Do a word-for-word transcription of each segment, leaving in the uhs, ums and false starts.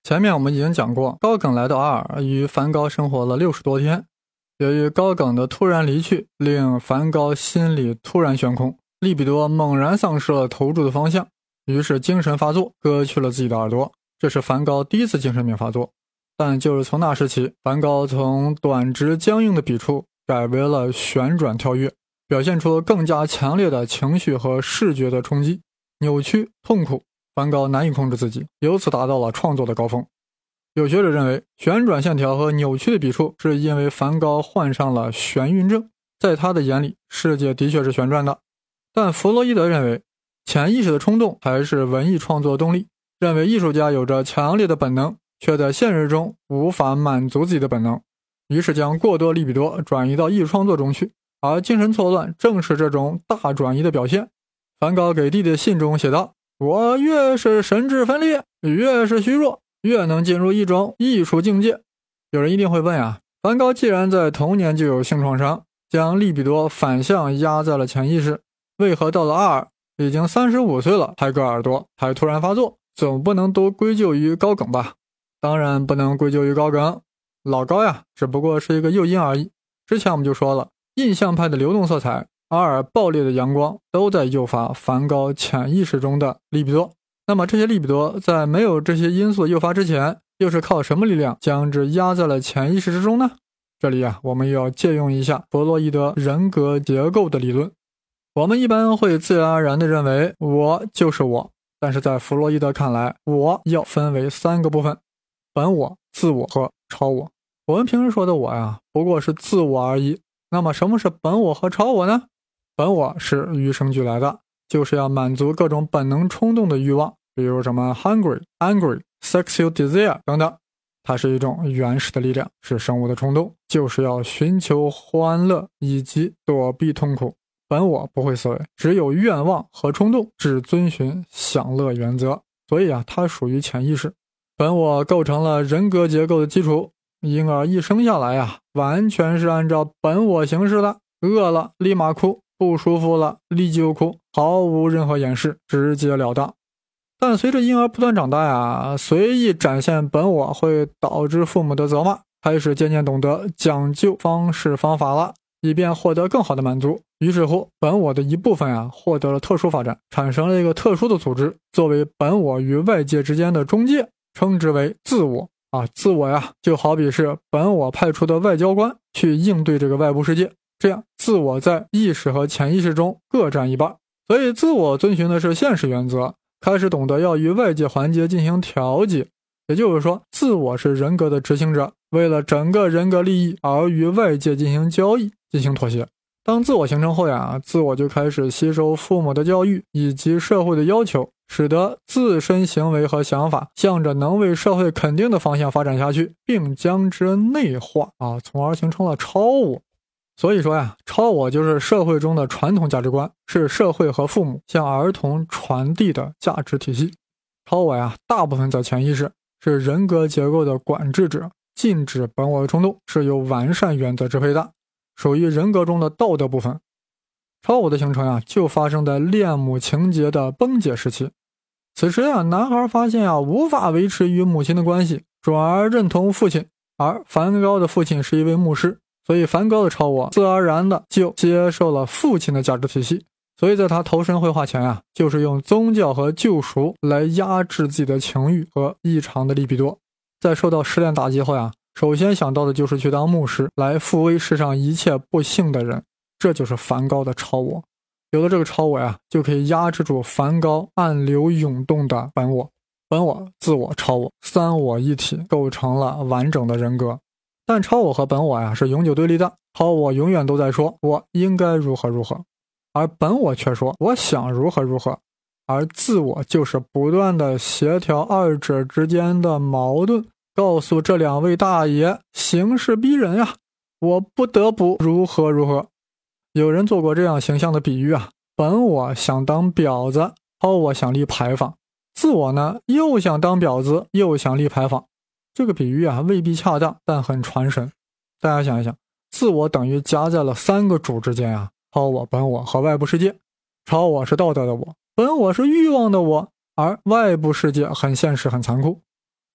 前面我们已经讲过，高梗来到阿尔，与梵高生活了六十多天。由于高梗的突然离去，令梵高心里突然悬空，利比多猛然丧失了投注的方向，于是精神发作，割去了自己的耳朵。这是梵高第一次精神病发作。但就是从那时起，梵高从短直僵硬的笔触改为了旋转跳跃，表现出更加强烈的情绪和视觉的冲击，扭曲痛苦，梵高难以控制自己，由此达到了创作的高峰。有学者认为，旋转线条和扭曲的笔触是因为梵高患上了眩晕症，在他的眼里，世界的确是旋转的。但弗洛伊德认为，潜意识的冲动才是文艺创作的动力，认为艺术家有着强烈的本能，却在现实中无法满足自己的本能，于是将过多利比多转移到艺术创作中去，而精神错乱正是这种大转移的表现。梵高给弟弟的信中写道，我越是神志分裂，越是虚弱，越能进入一种艺术境界。有人一定会问啊，梵高既然在童年就有性创伤，将利比多反向压在了潜意识，为何到了阿尔已经三十五岁了还割耳朵，还突然发作，总不能都归咎于高梗吧？当然不能归咎于高梗，老高呀只不过是一个诱因而已。之前我们就说了，印象派的流动色彩，阿尔爆裂的阳光都在诱发梵高潜意识中的利比多。那么这些利比多在没有这些因素诱发之前，又是靠什么力量将之压在了潜意识之中呢？这里啊，我们又要借用一下弗洛伊德人格结构的理论。我们一般会自然而然地认为我就是我，但是在弗洛伊德看来，我要分为三个部分：本我、自我和超我。我们平时说的我呀，不过是自我而已。那么什么是本我和超我呢？本我是与生俱来的，就是要满足各种本能冲动的欲望，比如什么 hungry、angry、sexual desire 等等。它是一种原始的力量，是生物的冲动，就是要寻求欢乐以及躲避痛苦。本我不会思维，只有愿望和冲动，只遵循享乐原则，所以啊，它属于潜意识。本我构成了人格结构的基础，因而一生下来啊，完全是按照本我行事的。饿了立马哭，不舒服了立即就哭，毫无任何掩饰，直截了当。但随着婴儿不断长大呀，随意展现本我会导致父母的责骂，开始渐渐懂得讲究方式方法了，以便获得更好的满足。于是乎，本我的一部分啊，获得了特殊发展，产生了一个特殊的组织，作为本我与外界之间的中介，称之为自我啊。自我呀，就好比是本我派出的外交官，去应对这个外部世界。这样，自我在意识和潜意识中各占一半。所以，自我遵循的是现实原则，开始懂得要与外界环节进行调节。也就是说，自我是人格的执行者，为了整个人格利益而与外界进行交易，进行妥协。当自我形成后呀，自我就开始吸收父母的教育以及社会的要求，使得自身行为和想法向着能为社会肯定的方向发展下去，并将之内化啊，从而形成了超我。所以说呀，超我就是社会中的传统价值观，是社会和父母向儿童传递的价值体系。超我呀，大部分在潜意识，是人格结构的管制者，禁止本我的冲动，是由完善原则支配的，属于人格中的道德部分。超我的形成呀，就发生在恋母情结的崩解时期。此时呀，男孩发现呀，无法维持与母亲的关系，转而认同父亲，而梵高的父亲是一位牧师，所以梵高的超我自然而然的就接受了父亲的价值体系。所以在他投身绘画前啊，就是用宗教和救赎来压制自己的情欲和异常的利比多。在受到失恋打击后呀，首先想到的就是去当牧师，来抚慰世上一切不幸的人。这就是梵高的超我。有了这个超我呀，就可以压制住梵高暗流涌动的本我。本我、自我、超我三我一体，构成了完整的人格。但超我和本我呀是永久对立的，超我永远都在说我应该如何如何，而本我却说我想如何如何，而自我就是不断的协调二者之间的矛盾，告诉这两位大爷形势逼人呀，我不得不如何如何。有人做过这样形象的比喻啊，本我想当婊子，超我想立牌坊，自我呢又想当婊子又想立牌坊。这个比喻啊未必恰当，但很传神。大家想一想，自我等于夹在了三个主之间啊，超我、本我和外部世界。超我是道德的我，本我是欲望的我，而外部世界很现实很残酷。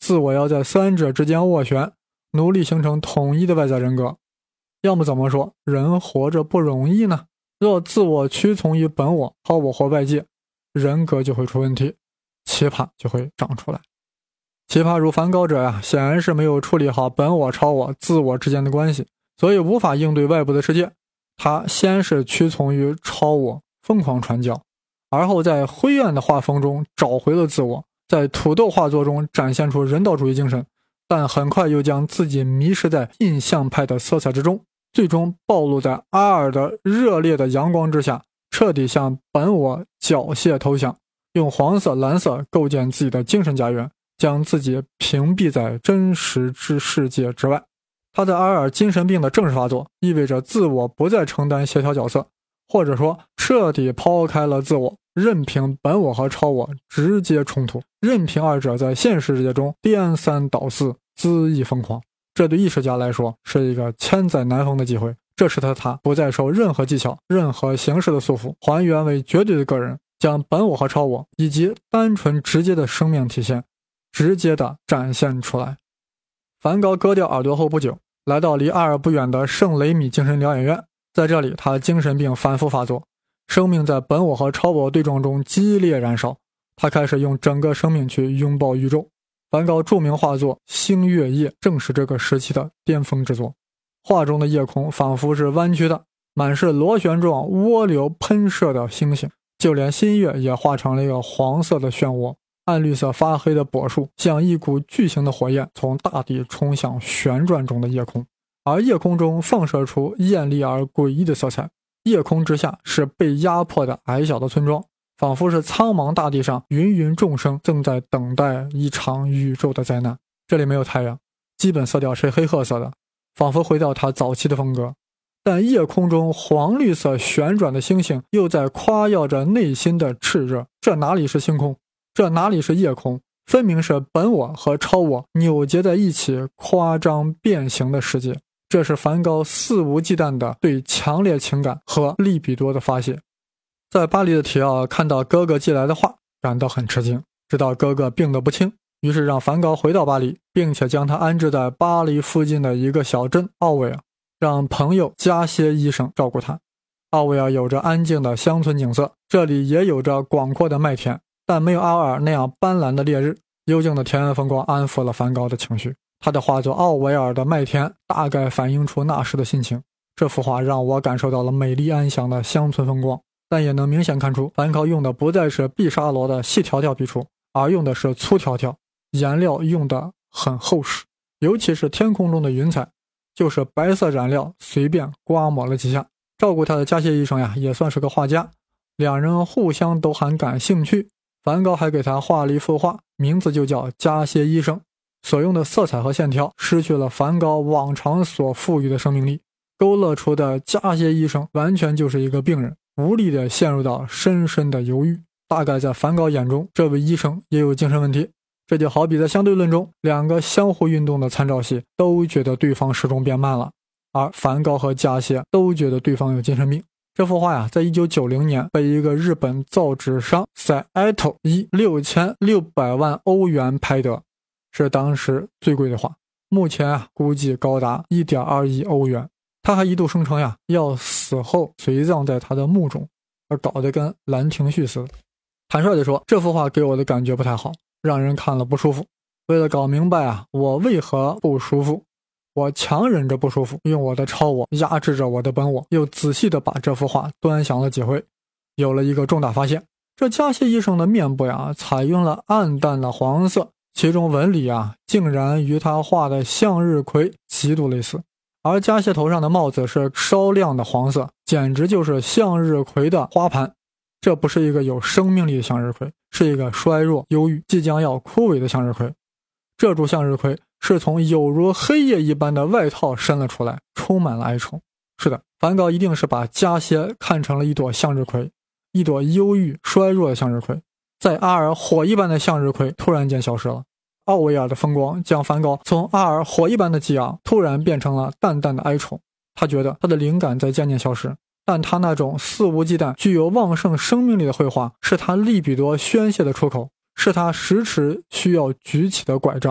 自我要在三者之间斡旋，努力形成统一的外在人格。要么怎么说，人活着不容易呢？若自我屈从于本我、超我或外界，人格就会出问题，奇葩就会长出来。奇葩如梵高者呀、啊，显然是没有处理好本我、超我、自我之间的关系，所以无法应对外部的世界。他先是屈从于超我，疯狂传教，而后在灰暗的画风中找回了自我，在土豆画作中展现出人道主义精神，但很快又将自己迷失在印象派的色彩之中，最终暴露在阿尔的热烈的阳光之下，彻底向本我缴械投降，用黄色、蓝色构建自己的精神家园，将自己屏蔽在真实之世界之外。他在阿尔精神病的正式发作，意味着自我不再承担协调角色，或者说彻底抛开了自我，任凭本我和超我直接冲突，任凭二者在现实世界中颠三倒四，恣意疯狂。这对艺术家来说是一个千载难逢的机会，这使得他不再受任何技巧、任何形式的束缚，还原为绝对的个人，将本我和超我以及单纯直接的生命体现直接的展现出来。梵高割掉耳朵后不久，来到离阿尔不远的圣雷米精神疗养院，在这里他精神病反复发作，生命在本我和超我对撞中激烈燃烧，他开始用整个生命去拥抱宇宙。梵高著名画作《星月夜》正是这个时期的巅峰之作，画中的夜空仿佛是弯曲的，满是螺旋状涡流喷射的星星，就连新月也画成了一个黄色的漩涡，暗绿色发黑的柏树像一股巨型的火焰从大地冲向旋转中的夜空，而夜空中放射出艳丽而诡异的色彩。夜空之下是被压迫的矮小的村庄，仿佛是苍茫大地上芸芸众生正在等待一场宇宙的灾难。这里没有太阳，基本色调是黑褐色的，仿佛回到他早期的风格。但夜空中黄绿色旋转的星星又在夸耀着内心的炽热，这哪里是星空，这哪里是夜空，分明是本我和超我扭结在一起夸张变形的世界。这是梵高肆无忌惮的对强烈情感和利比多的发泄。在巴黎的提奥看到哥哥寄来的画，感到很吃惊，知道哥哥病得不轻，于是让梵高回到巴黎，并且将他安置在巴黎附近的一个小镇奥维尔，让朋友加歇医生照顾他。奥维尔有着安静的乡村景色，这里也有着广阔的麦田，但没有阿尔那样斑斓的烈日。幽静的田园风光安抚了梵高的情绪，他的画作《奥维尔的麦田》大概反映出那时的心情。这幅画让我感受到了美丽安详的乡村风光，但也能明显看出梵高用的不再是毕沙罗的细条条笔触，而用的是粗条条，颜料用的很厚实，尤其是天空中的云彩，就是白色染料随便刮抹了几下。照顾他的加歇医生呀，也算是个画家，两人互相都很感兴趣。梵高还给他画了一幅画，名字就叫加歇医生。所用的色彩和线条失去了梵高往常所赋予的生命力，勾勒出的加歇医生完全就是一个病人，无力地陷入到深深的忧郁。大概在梵高眼中，这位医生也有精神问题。这就好比在相对论中，两个相互运动的参照系都觉得对方时钟变慢了，而梵高和加歇都觉得对方有精神病。这幅画呀，在一九九零年被一个日本造纸商 Saito 以六千六百万欧元拍得，是当时最贵的画，目前啊估计高达 一点二亿欧元。他还一度声称呀，要死后随葬在他的墓中，而搞得跟兰亭序似的。坦率地说，这幅画给我的感觉不太好，让人看了不舒服。为了搞明白啊，我为何不舒服，我强忍着不舒服，用我的超我压制着我的本我，又仔细地把这幅画端详了几回，有了一个重大发现。这加歇医生的面部呀，采用了暗淡的黄色，其中纹理啊，竟然与他画的向日葵极度类似。而加歇头上的帽子是稍亮的黄色，简直就是向日葵的花盘。这不是一个有生命力的向日葵，是一个衰弱、忧郁、即将要枯萎的向日葵。这株向日葵是从有如黑夜一般的外套伸了出来，充满了哀愁。是的，梵高一定是把加歇看成了一朵向日葵，一朵忧郁、衰弱的向日葵。在阿尔火一般的向日葵突然间消失了。奥维尔的风光将梵高从阿尔火一般的激昂突然变成了淡淡的哀愁。他觉得他的灵感在渐渐消失，但他那种肆无忌惮、具有旺盛生命力的绘画是他利比多宣泄的出口，是他时时需要举起的拐杖，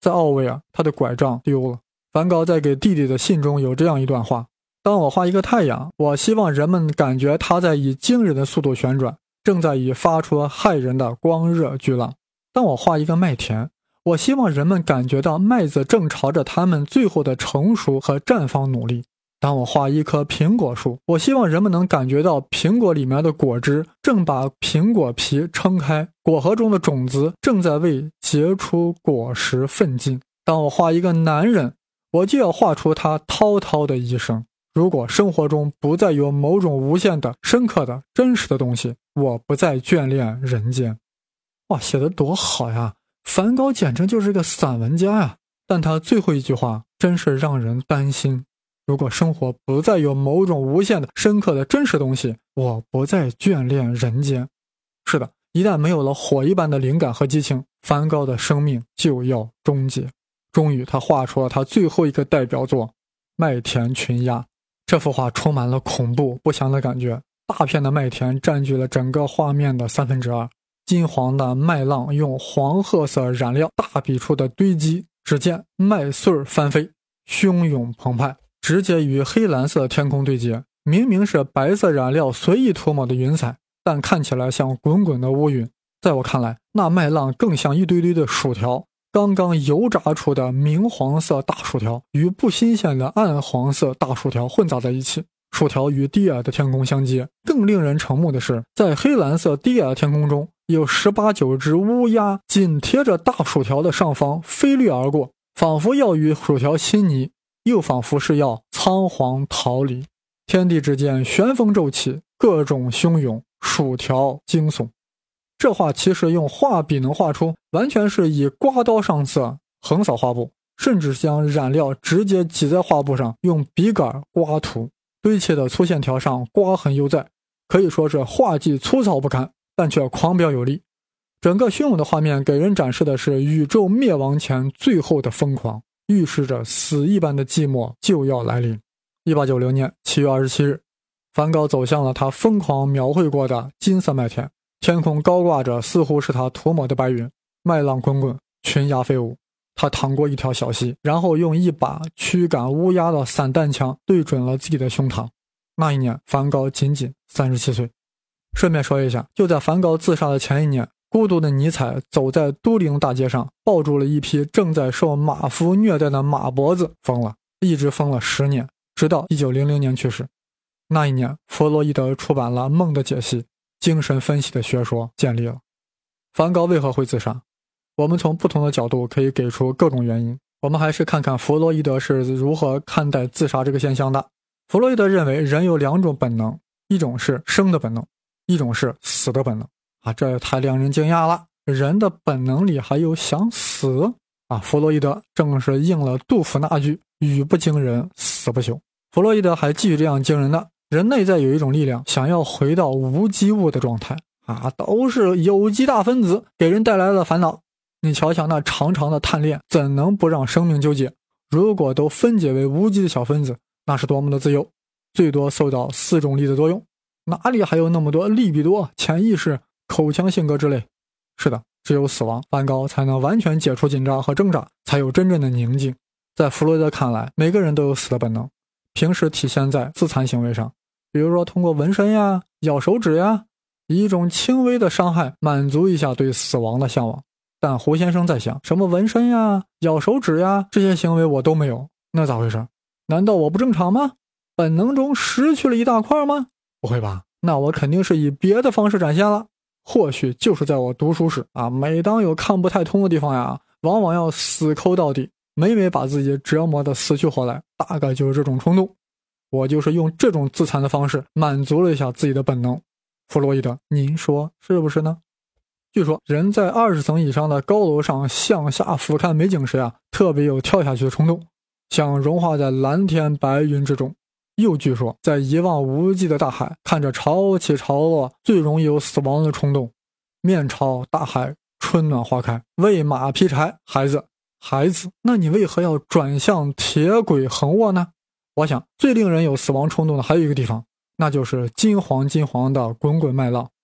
在奥维尔，他的拐杖丢了。梵高在给弟弟的信中有这样一段话：当我画一个太阳，我希望人们感觉它在以惊人的速度旋转，正在以发出骇人的光热巨浪。当我画一个麦田，我希望人们感觉到麦子正朝着它们最后的成熟和绽放努力。当我画一棵苹果树，我希望人们能感觉到苹果里面的果汁正把苹果皮撑开，果核中的种子正在为结出果实奋进。当我画一个男人，我就要画出他滔滔的一生。如果生活中不再有某种无限的、深刻的、真实的东西，我不再眷恋人间。哇，写得多好呀！梵高简直就是个散文家呀。但他最后一句话真是让人担心。如果生活不再有某种无限的、深刻的、真实东西，我不再眷恋人间。是的，一旦没有了火一般的灵感和激情，梵高的生命就要终结。终于，他画出了他最后一个代表作《麦田群鸦》。这幅画充满了恐怖不祥的感觉，大片的麦田占据了整个画面的三分之二，金黄的麦浪用黄褐色染料大笔触的堆积，只见麦穗翻飞，汹涌澎湃，直接与黑蓝色天空对接。明明是白色染料随意涂抹的云彩，但看起来像滚滚的乌云。在我看来，那麦浪更像一堆堆的薯条，刚刚油炸出的明黄色大薯条与不新鲜的暗黄色大薯条混杂在一起，薯条与低矮的天空相接。更令人瞠目的是，在黑蓝色低矮的天空中，有十八九只乌鸦紧贴着大薯条的上方飞掠而过，仿佛要与薯条亲昵，又仿佛是要仓皇逃离。天地之间旋风骤起，各种汹涌，薯条惊悚。这画其实用画笔能画出，完全是以刮刀上色，横扫画布，甚至将染料直接挤在画布上，用笔杆刮涂，堆砌的粗线条上刮痕犹在，可以说是画技粗糙不堪，但却狂飙有力。整个汹涌的画面给人展示的是宇宙灭亡前最后的疯狂，预示着死一般的寂寞就要来临。一八九零年七月二十七日，梵高走向了他疯狂描绘过的金色麦田，天空高挂着似乎是他涂抹的白云，麦浪滚滚，群鸦飞舞。他淌过一条小溪，然后用一把驱赶乌鸦的散弹枪对准了自己的胸膛。那一年，梵高仅仅三十七岁。顺便说一下，就在梵高自杀的前一年，孤独的尼采走在都灵大街上，抱住了一匹正在受马夫虐待的马脖子，疯了，一直疯了十年，直到一九零零年去世。那一年，弗洛伊德出版了《梦的解析》，精神分析的学说建立了。梵高为何会自杀？我们从不同的角度可以给出各种原因。我们还是看看弗洛伊德是如何看待自杀这个现象的。弗洛伊德认为人有两种本能，一种是生的本能，一种是死的本能。啊，这也太让人惊讶了！人的本能里还有想死啊！弗洛伊德正是应了杜甫那句“语不惊人死不休”。弗洛伊德还继续这样惊人的：人内在有一种力量，想要回到无机物的状态啊，都是有机大分子给人带来了烦恼。你瞧瞧那长长的碳链，怎能不让生命纠结？如果都分解为无机的小分子，那是多么的自由，最多受到四种力的作用，哪里还有那么多利比多、潜意识、口腔性格之类？是的，只有死亡，梵高才能完全解除紧张和挣扎，才有真正的宁静。在弗洛伊德看来，每个人都有死的本能，平时体现在自残行为上，比如说通过纹身呀、咬手指呀，以一种轻微的伤害满足一下对死亡的向往。但胡先生在想，什么纹身呀、咬手指呀，这些行为我都没有，那咋回事？难道我不正常吗？本能中失去了一大块吗？不会吧，那我肯定是以别的方式展现了。或许就是在我读书时啊，每当有看不太通的地方呀，往往要死抠到底，每每把自己折磨得死去活来，大概就是这种冲动。我就是用这种自残的方式满足了一下自己的本能。弗洛伊德，您说是不是呢？据说人在二十层以上的高楼上向下俯瞰美景时啊，特别有跳下去的冲动，想融化在蓝天白云之中。又据说在一望无际的大海，看着潮起潮落，最容易有死亡的冲动。面朝大海，春暖花开，喂马劈柴，孩子孩子那你为何要转向铁轨横卧呢？我想最令人有死亡冲动的还有一个地方，那就是金黄金黄的滚滚麦浪。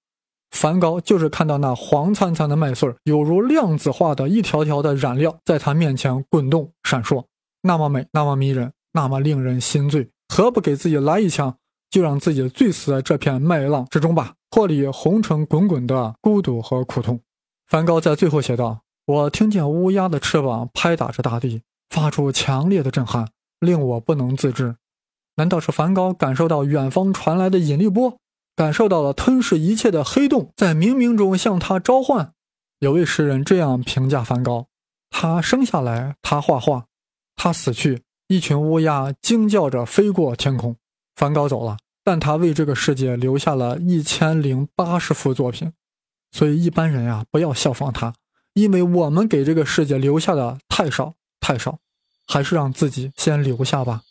梵高就是看到那黄灿灿的麦穗犹如量子化的一条条的染料在他面前滚动闪烁，那么美，那么迷人，那么令人心醉，何不给自己来一枪，就让自己醉死在这片麦浪之中吧，脱离红尘滚滚的孤独和苦痛。梵高在最后写道，我听见乌鸦的翅膀拍打着大地，发出强烈的震撼，令我不能自制。难道是梵高感受到远方传来的引力波，感受到了吞噬一切的黑洞在冥冥中向他召唤？有位诗人这样评价梵高，他生下来，他画画，他死去，一群乌鸦惊叫着飞过天空。梵高走了，但他为这个世界留下了一千零八十幅作品。所以一般人啊，不要效仿他，因为我们给这个世界留下的太少太少，还是让自己先留下吧。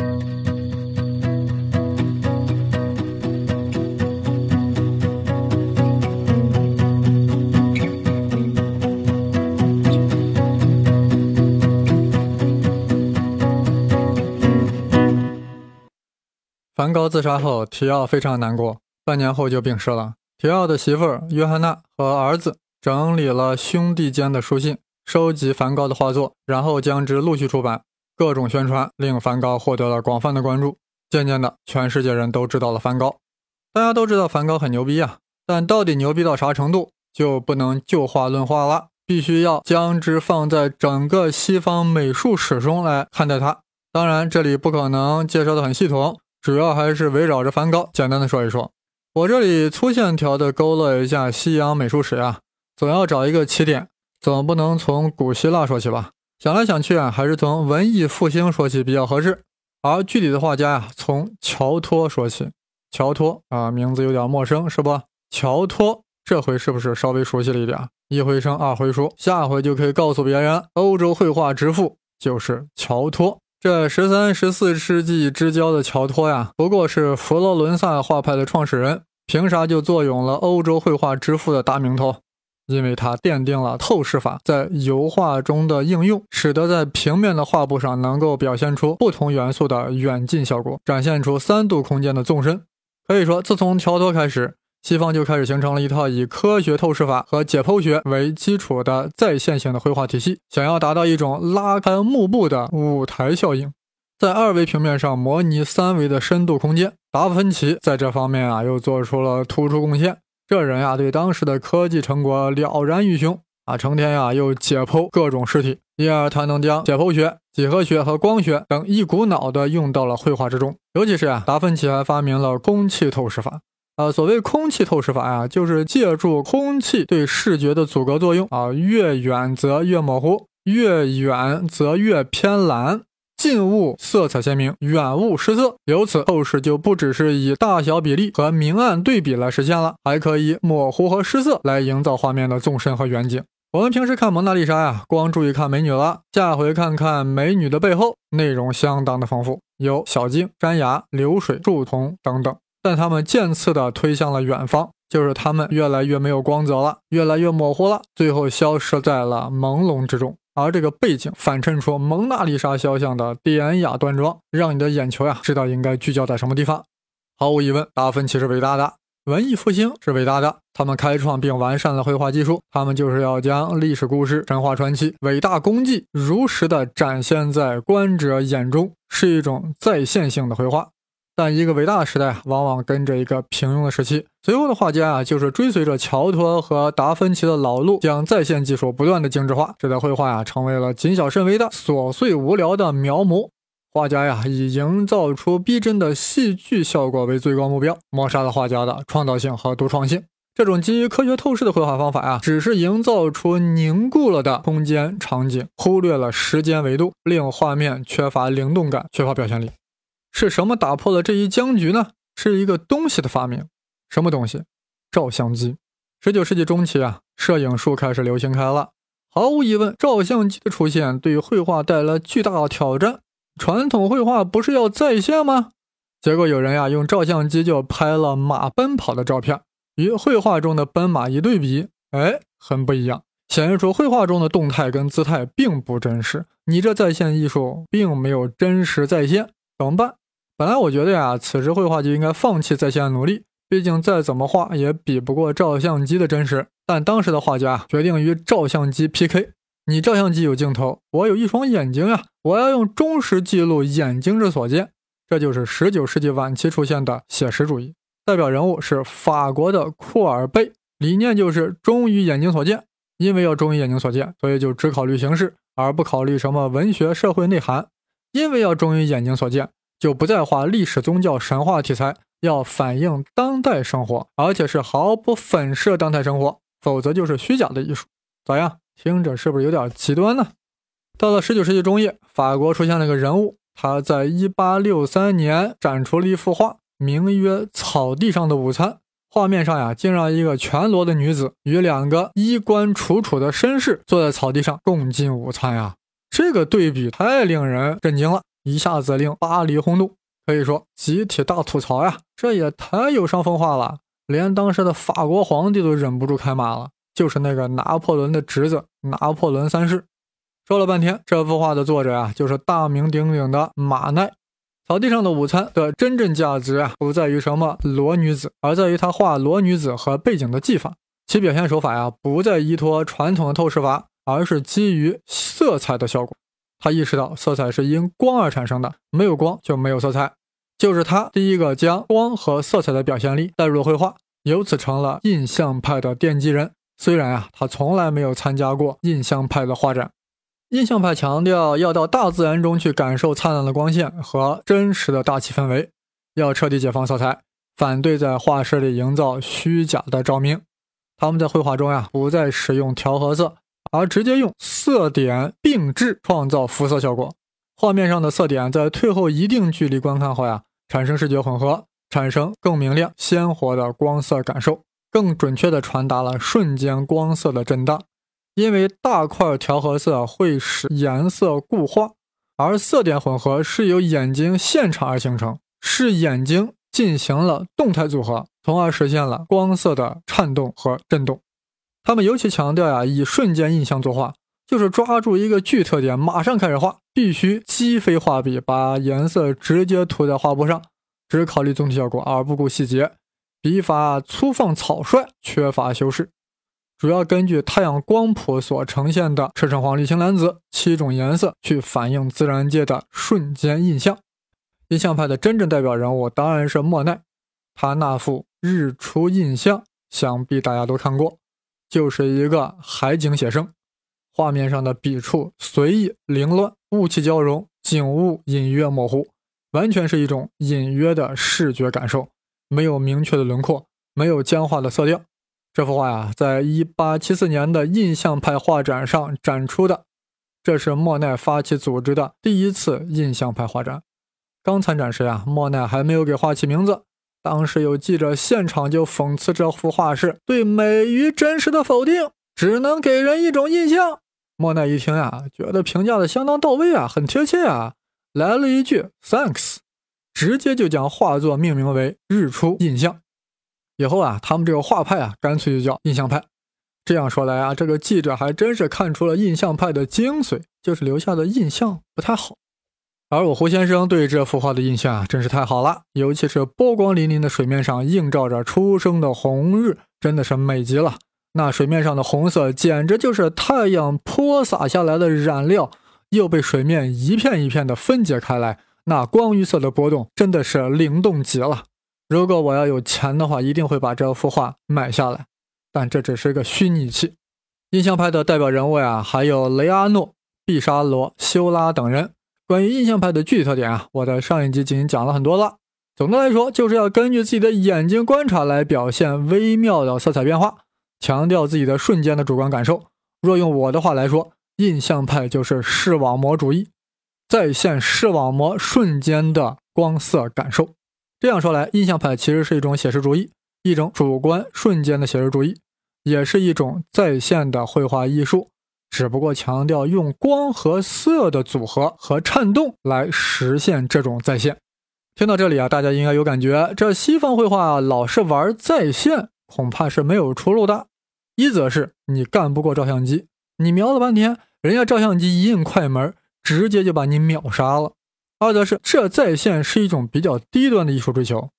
梵高自杀后，提奥非常难过，半年后就病逝了。提奥的媳妇儿约翰娜和儿子整理了兄弟间的书信，收集梵高的画作，然后将之陆续出版，各种宣传令梵高获得了广泛的关注。渐渐的，全世界人都知道了梵高。大家都知道梵高很牛逼啊，但到底牛逼到啥程度，就不能就画论画了，必须要将之放在整个西方美术史中来看待它。当然，这里不可能介绍的很系统，主要还是围绕着梵高简单的说一说。我这里粗线条的勾勒一下西洋美术史啊，总要找一个起点，总不能从古希腊说起吧。想来想去啊，还是从文艺复兴说起比较合适。而具体的画家啊，从乔托说起。乔托啊，名字有点陌生是不？乔托这回是不是稍微熟悉了一点？一回生二回熟，下回就可以告诉别人，欧洲绘画之父就是乔托。这十三、十四世纪之交的乔托呀，不过是佛罗伦萨画派的创始人，凭啥就坐拥了欧洲绘画之父的大名头？因为他奠定了透视法在油画中的应用，使得在平面的画布上能够表现出不同元素的远近效果，展现出三度空间的纵深。可以说，自从乔托开始，西方就开始形成了一套以科学透视法和解剖学为基础的再现性的绘画体系，想要达到一种拉开幕布的舞台效应，在二维平面上模拟三维的深度空间。达芬奇在这方面啊又做出了突出贡献，这人啊对当时的科技成果了然于胸啊，成天呀又解剖各种尸体，因而他能将解剖学、几何学和光学等一股脑的用到了绘画之中。尤其是啊，达芬奇还发明了空气透视法。呃，所谓空气透视法呀，就是借助空气对视觉的阻隔作用啊，越远则越模糊，越远则越偏蓝，近物色彩鲜明，远物失色。由此透视就不只是以大小比例和明暗对比来实现了，还可以模糊和失色来营造画面的纵深和远景。我们平时看蒙娜丽莎呀，光注意看美女了，下回看看美女的背后，内容相当的丰富，有小径、山崖、流水、树丛等等。但他们渐次地推向了远方，就是他们越来越没有光泽了，越来越模糊了，最后消失在了朦胧之中。而这个背景反衬出蒙娜丽莎肖像的典雅端庄，让你的眼球呀知道应该聚焦在什么地方。毫无疑问，达芬奇是伟大的，文艺复兴是伟大的，他们开创并完善了绘画技术，他们就是要将历史故事、神话传奇、伟大功绩如实地展现在观者眼中，是一种再现性的绘画。但一个伟大的时代往往跟着一个平庸的时期，随后的画家啊，就是追随着乔托和达芬奇的老路，将在线技术不断的精致化，使得绘画啊成为了谨小慎微的琐碎无聊的描摹。画家呀以营造出逼真的戏剧效果为最高目标，抹杀了画家的创造性和独创性。这种基于科学透视的绘画方法啊，只是营造出凝固了的空间场景，忽略了时间维度，令画面缺乏灵动感，缺乏表现力。是什么打破了这一僵局呢？是一个东西的发明。什么东西？照相机。十九世纪中期啊，摄影术开始流行开了。毫无疑问，照相机的出现对绘画带来巨大的挑战。传统绘画不是要再现吗？结果有人呀、啊、用照相机就拍了马奔跑的照片，与绘画中的奔马一对比，哎，很不一样，显示出绘画中的动态跟姿态并不真实。你这再现艺术并没有真实再现，怎么办？本来我觉得呀，此时绘画就应该放弃在线的努力， 毕竟再怎么画也比不过照相机的真实。但当时的画家决定与照相机 P K， 你照相机有镜头，我有一双眼睛呀，我要用忠实记录眼睛之所见。这就是十九世纪晚期出现的写实主义，代表人物是法国的库尔贝，理念就是忠于眼睛所见。因为要忠于眼睛所见，所以就只考虑形式，而不考虑什么文学社会内涵。因为要忠于眼睛所见，就不再画历史宗教神话题材，要反映当代生活，而且是毫不粉饰当代生活，否则就是虚假的艺术。咋样，听着是不是有点极端呢？到了十九世纪中叶，法国出现了个人物，他在一八六三年展出了一幅画，名曰《草地上的午餐》。画面上呀，竟让一个全裸的女子与两个衣冠楚楚的绅士坐在草地上共进午餐呀！这个对比太令人震惊了，一下子令巴黎轰动，可以说集体大吐槽呀！这也太有伤风化了，连当时的法国皇帝都忍不住开骂了，就是那个拿破仑的侄子拿破仑三世。说了半天，这幅画的作者啊，就是大名鼎鼎的马奈。草地上的午餐的真正价值啊，不在于什么裸女子，而在于他画裸女子和背景的技法。其表现手法呀，不再依托传统的透视法，而是基于色彩的效果。他意识到色彩是因光而产生的，没有光就没有色彩。就是他第一个将光和色彩的表现力带入了绘画，由此成了印象派的奠基人。虽然啊，他从来没有参加过印象派的画展。印象派强调要到大自然中去感受灿烂的光线和真实的大气氛围，要彻底解放色彩，反对在画室里营造虚假的照明。他们在绘画中呀，不再使用调和色，而直接用色点并置创造肤色效果。画面上的色点在退后一定距离观看后呀，产生视觉混合，产生更明亮鲜活的光色感受，更准确地传达了瞬间光色的震荡。因为大块调和色会使颜色固化，而色点混合是由眼睛现场而形成，是眼睛进行了动态组合，从而实现了光色的颤动和震动。他们尤其强调呀，以瞬间印象作画，就是抓住一个具特点马上开始画，必须击飞画笔，把颜色直接涂在画布上，只考虑总体效果而不顾细节，笔法粗放草率，缺乏修饰。主要根据太阳光谱所呈现的赤橙黄绿青蓝紫七种颜色去反映自然界的瞬间印象。印象派的真正代表人物当然是莫奈，他那幅日出印象想必大家都看过，就是一个海景写生，画面上的笔触随意凌乱，雾气交融，景物隐约模糊，完全是一种隐约的视觉感受，没有明确的轮廓，没有僵化的色调。这幅画呀，在一八七四年的印象派画展上展出的，这是莫奈发起组织的第一次印象派画展。刚参展时呀，莫奈还没有给画起名字，当时有记者现场就讽刺这幅画是对美与真实的否定，只能给人一种印象。莫奈一听呀，觉得评价的相当到位啊，很贴切啊，来了一句 thanks， 直接就将画作命名为日出印象。以后啊，他们这个画派啊，干脆就叫印象派。这样说来啊，这个记者还真是看出了印象派的精髓，就是留下的印象不太好。而我胡先生对这幅画的印象啊，真是太好了，尤其是波光粼粼的水面上映照着初升的红日，真的是美极了。那水面上的红色简直就是太阳泼洒下来的染料，又被水面一片一片的分解开来，那光与色的波动真的是灵动极了。如果我要有钱的话，一定会把这幅画买下来，但这只是个虚拟器。印象派的代表人物呀，还有雷阿诺、毕沙罗、修拉等人。关于印象派的具体特点啊，我在上一集已经讲了很多了。总的来说，就是要根据自己的眼睛观察来表现微妙的色彩变化，强调自己的瞬间的主观感受。若用我的话来说，印象派就是视网膜主义，再现视网膜瞬间的光色感受。这样说来，印象派其实是一种写实主义，一种主观瞬间的写实主义，也是一种再现的绘画艺术，只不过强调用光和色的组合和颤动来实现这种再现。听到这里啊，大家应该有感觉，这西方绘画老是玩再现，恐怕是没有出路的。一则是你干不过照相机，你瞄了半天，人家照相机一摁快门，直接就把你秒杀了。二则是这再现是一种比较低端的艺术追求，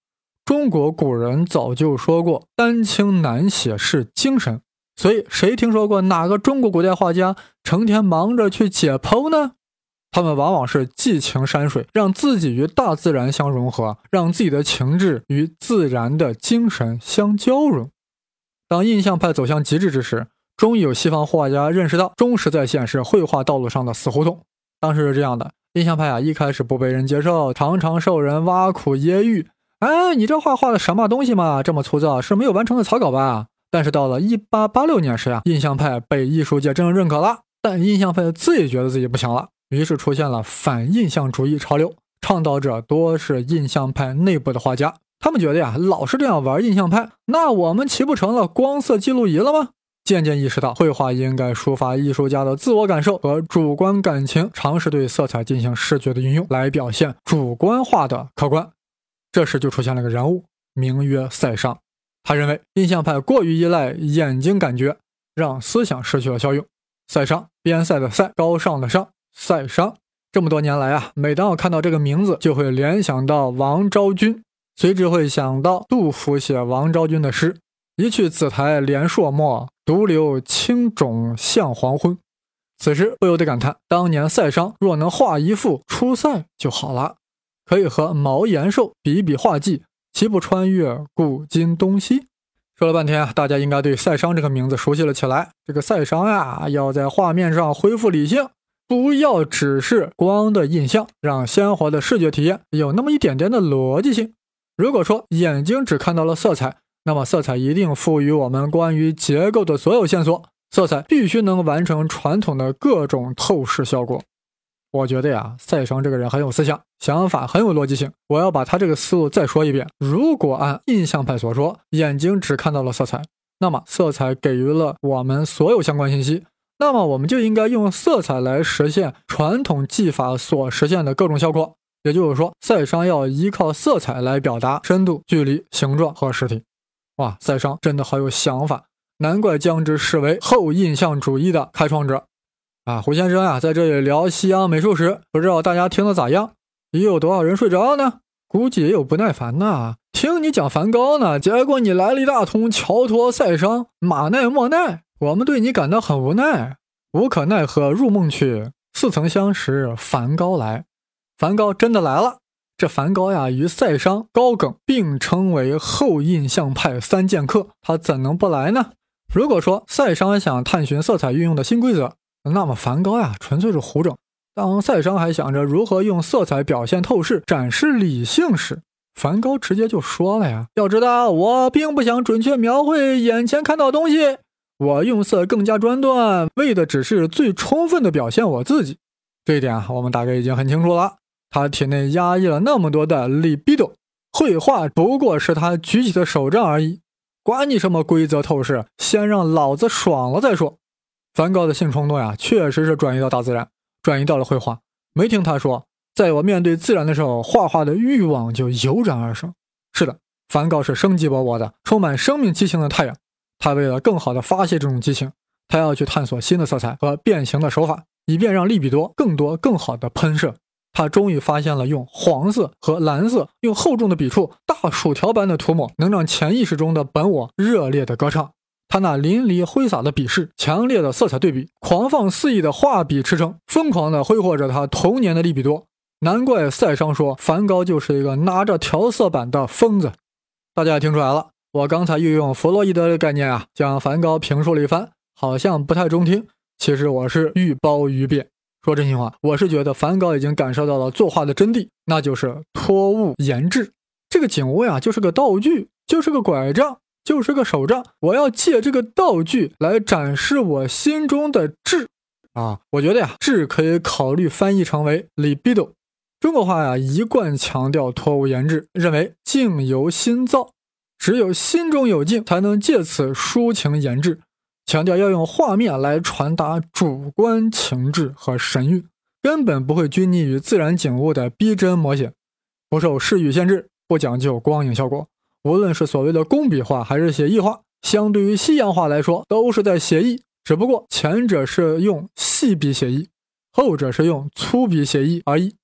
中国古人早就说过，丹青难写是精神，所以谁听说过哪个中国古代画家成天忙着去解剖呢？他们往往是寄情山水，让自己与大自然相融合，让自己的情志与自然的精神相交融。当印象派走向极致之时，终于有西方画家认识到中实在线是绘画道路上的死胡同。当时是这样的，印象派啊，一开始不被人接受，常常受人挖苦揶揄，哎，你这画画的什么东西嘛，这么粗糙，是没有完成的草稿吧？但是到了一八八六年时啊，印象派被艺术界真正认可了，但印象派自己觉得自己不行了，于是出现了反印象主义潮流，倡导者多是印象派内部的画家。他们觉得呀，老是这样玩印象派，那我们岂不成了光色记录仪了吗？渐渐意识到绘画应该抒发艺术家的自我感受和主观感情，尝试对色彩进行视觉的运用，来表现主观化的客观。这时就出现了个人物，名曰塞尚。他认为印象派过于依赖眼睛感觉，让思想失去了效用。塞尚，边塞的塞，高尚的尚，塞尚。这么多年来啊，每当我看到这个名字，就会联想到王昭君，随之会想到杜甫写王昭君的诗：一去紫台连朔漠，独留青冢向黄昏。此时不由得感叹，当年塞尚若能画一幅出塞就好了，可以和毛延寿比比画技，岂不穿越古今东西？说了半天啊，大家应该对塞尚这个名字熟悉了起来。这个塞尚呀，要在画面上恢复理性，不要只是光的印象，让鲜活的视觉体验有那么一点点的逻辑性。如果说眼睛只看到了色彩，那么色彩一定赋予我们关于结构的所有线索，色彩必须能完成传统的各种透视效果。我觉得呀，塞尚这个人很有思想，想法很有逻辑性。我要把他这个思路再说一遍。如果按印象派所说，眼睛只看到了色彩，那么色彩给予了我们所有相关信息，那么我们就应该用色彩来实现传统技法所实现的各种效果。也就是说，塞尚要依靠色彩来表达深度、距离、形状和实体。哇，塞尚真的好有想法，难怪将之视为后印象主义的开创者。啊，胡先生啊，在这里聊西洋美术史，不知道大家听得咋样？也有多少人睡着呢？估计也有不耐烦呐，听你讲梵高呢，结果你来了一大通乔托、塞尚、马奈、莫奈，我们对你感到很无奈，无可奈何入梦去，似曾相识梵高来。梵高真的来了，这梵高呀，与塞尚、高更并称为后印象派三剑客，他怎能不来呢？如果说塞尚想探寻色彩运用的新规则，那么梵高呀，纯粹是胡整。当塞尚还想着如何用色彩表现透视、展示理性时，梵高直接就说了呀，要知道我并不想准确描绘眼前看到的东西，我用色更加专断，为的只是最充分的表现我自己。这一点啊，我们大概已经很清楚了。他体内压抑了那么多的 libido， 绘画不过是他举起的手杖而已，管你什么规则透视，先让老子爽了再说。梵高的性冲动呀，确实是转移到大自然，转移到了绘画。没听他说，在我面对自然的时候，画画的欲望就油然而生。是的，梵高是生机勃勃的，充满生命激情的太阳。他为了更好的发泄这种激情，他要去探索新的色彩和变形的手法，以便让利比多更多更好的喷射。他终于发现了用黄色和蓝色，用厚重的笔触大薯条般的涂抹，能让潜意识中的本我热烈的歌唱。他那淋漓挥洒的笔势，强烈的色彩对比，狂放肆意的画笔驰骋，疯狂地挥霍着他童年的利比多。难怪塞尚说梵高就是一个拿着调色板的疯子。大家也听出来了，我刚才运用弗洛伊德的概念啊，将梵高评述了一番，好像不太中听，其实我是欲褒欲贬。说真心话，我是觉得梵高已经感受到了作画的真谛，那就是托物言志。这个景物呀，就是个道具，就是个拐杖，就是个手杖，我要借这个道具来展示我心中的志啊。我觉得呀，志可以考虑翻译成为 libido。中国话呀，一贯强调托物言志，认为境由心造，只有心中有境，才能借此抒情言志，强调要用画面来传达主观情志和神韵，根本不会拘泥于自然景物的逼真摹写，不受视域限制，不讲究光影效果。无论是所谓的工笔画还是写意画，相对于西洋画来说，都是在写意，只不过前者是用细笔写意，后者是用粗笔写意而已。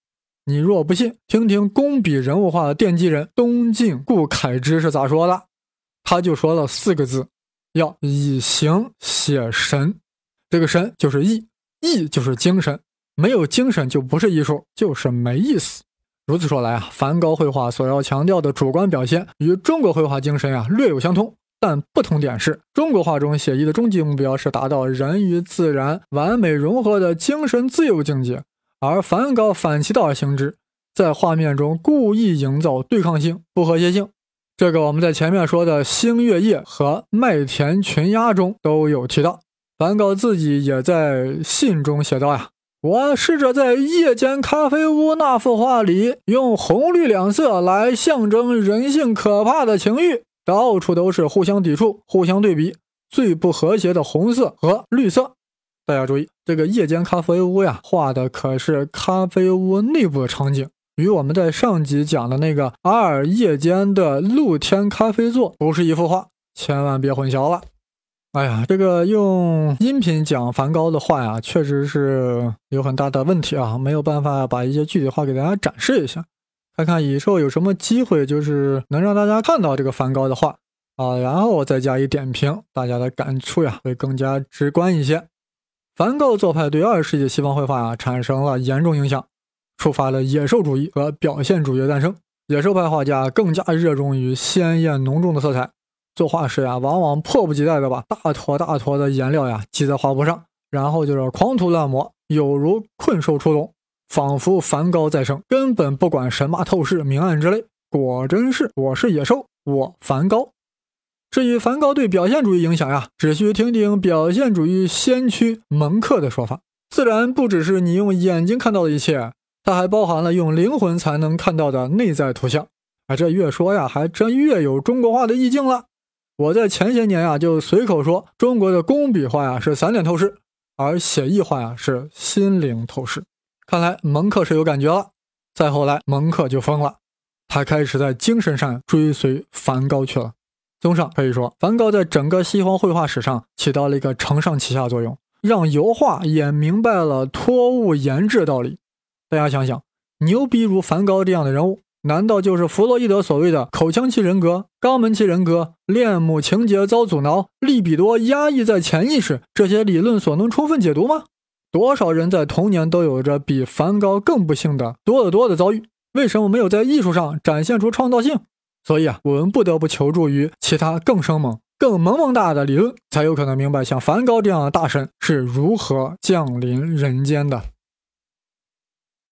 你若不信，听听工笔人物画的奠基人东晋顾恺之是咋说的。他就说了四个字，要以形写神。这个神就是意，意就是精神，没有精神就不是艺术，就是没意思。如此说来啊，梵高绘画所要强调的主观表现与中国绘画精神啊略有相通，但不同点是，中国画中写意的终极目标是达到人与自然完美融合的精神自由境界，而梵高反其道而行之，在画面中故意营造对抗性、不和谐性。这个我们在前面说的星月夜和麦田群鸦中都有提到。梵高自己也在信中写道呀，我试着在夜间咖啡屋那幅画里用红绿两色来象征人性可怕的情欲，到处都是互相抵触、互相对比，最不和谐的红色和绿色。大家注意，这个夜间咖啡屋呀，画的可是咖啡屋内部的场景，与我们在上集讲的那个阿尔夜间的露天咖啡座不是一幅画，千万别混淆了。哎呀，这个用音频讲梵高的画呀，确实是有很大的问题啊，没有办法把一些具体画给大家展示一下，看看以后有什么机会就是能让大家看到这个梵高的画啊，然后再加以点评，大家的感触呀会更加直观一些。梵高做派对二十世纪西方绘画啊产生了严重影响，触发了野兽主义和表现主义的诞生。野兽派画家更加热衷于鲜艳浓重的色彩，作画时呀，往往迫不及待的把大坨大坨的颜料呀挤在画布上，然后就是狂涂乱抹，有如困兽出笼，仿佛梵高再生，根本不管神马透视、明暗之类。果真是我是野兽，我梵高。至于梵高对表现主义影响呀，只需听听表现主义先驱蒙克的说法。自然不只是你用眼睛看到的一切，它还包含了用灵魂才能看到的内在图像。啊，这越说呀，还真越有中国画的意境了。我在前些年呀就随口说，中国的工笔画呀是散点透视，而写意画呀是心灵透视。看来蒙克是有感觉了。再后来蒙克就疯了，他开始在精神上追随梵高去了。综上可以说，梵高在整个西方绘画史上起到了一个承上启下作用，让油画也明白了托物言志的道理。大家想想，牛逼如梵高这样的人物，难道就是弗洛伊德所谓的口腔期人格、肛门期人格、恋母情节遭阻挠、利比多压抑在潜意识这些理论所能充分解读吗？多少人在童年都有着比梵高更不幸的多得多的遭遇，为什么没有在艺术上展现出创造性？所以啊，我们不得不求助于其他更生猛、更萌萌哒的理论，才有可能明白像梵高这样的大神是如何降临人间的。